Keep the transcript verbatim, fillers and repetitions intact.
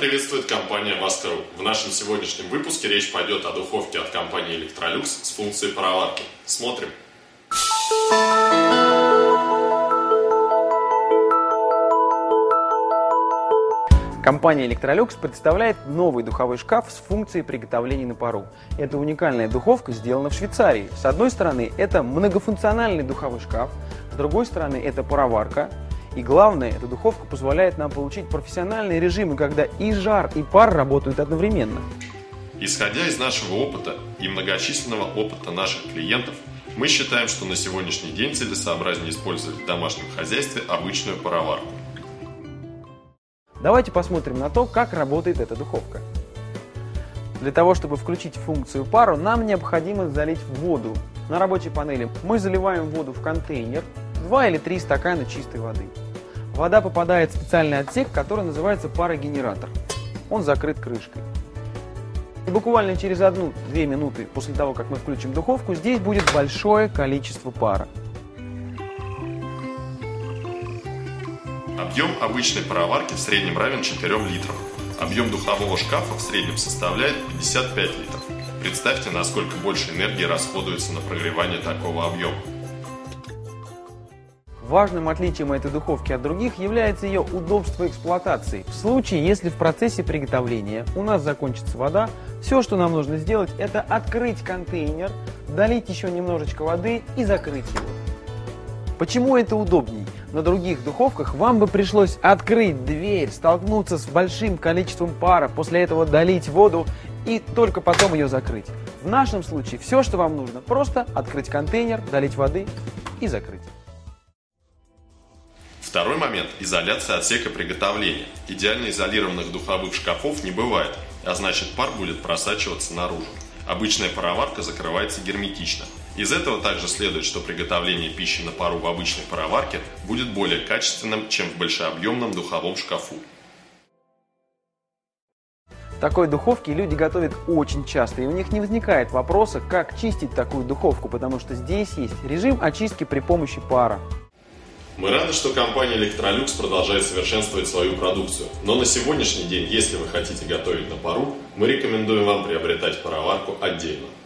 приветствует компания Master.ru. В нашем сегодняшнем выпуске речь пойдет о духовке от компании Electrolux с функцией пароварки. Смотрим. Компания Electrolux представляет новый духовой шкаф с функцией приготовления на пару. Эта уникальная духовка сделана в Швейцарии. С одной стороны, это многофункциональный духовой шкаф, с другой стороны, это пароварка. И главное, эта духовка позволяет нам получить профессиональные режимы, когда и жар, и пар работают одновременно. Исходя из нашего опыта и многочисленного опыта наших клиентов, мы считаем, что на сегодняшний день целесообразнее использовать в домашнем хозяйстве обычную пароварку. Давайте посмотрим на то, как работает эта духовка. Для того, чтобы включить функцию пару, нам необходимо залить воду. На рабочей панели мы заливаем воду в контейнер, два или три стакана чистой воды. Вода попадает в специальный отсек, который называется парогенератор. Он закрыт крышкой. И буквально через одну-две минуты после того, как мы включим духовку, здесь будет большое количество пара. Объем обычной пароварки в среднем равен четырем литрам. Объем духового шкафа в среднем составляет пятьдесят пять литров. Представьте, насколько больше энергии расходуется на прогревание такого объема. Важным отличием этой духовки от других является ее удобство эксплуатации. В случае, если в процессе приготовления у нас закончится вода, все, что нам нужно сделать, это открыть контейнер, долить еще немножечко воды и закрыть его. Почему это удобней? На других духовках вам бы пришлось открыть дверь, столкнуться с большим количеством пара, после этого долить воду и только потом ее закрыть. В нашем случае все, что вам нужно, просто открыть контейнер, долить воды и закрыть. Второй момент – изоляция отсека приготовления. Идеально изолированных духовых шкафов не бывает, а значит пар будет просачиваться наружу. Обычная пароварка закрывается герметично. Из этого также следует, что приготовление пищи на пару в обычной пароварке будет более качественным, чем в большеобъемном духовом шкафу. В такой духовке люди готовят очень часто, и у них не возникает вопроса, как чистить такую духовку, потому что здесь есть режим очистки при помощи пара. Мы рады, что компания Electrolux продолжает совершенствовать свою продукцию. Но на сегодняшний день, если вы хотите готовить на пару, мы рекомендуем вам приобретать пароварку отдельно.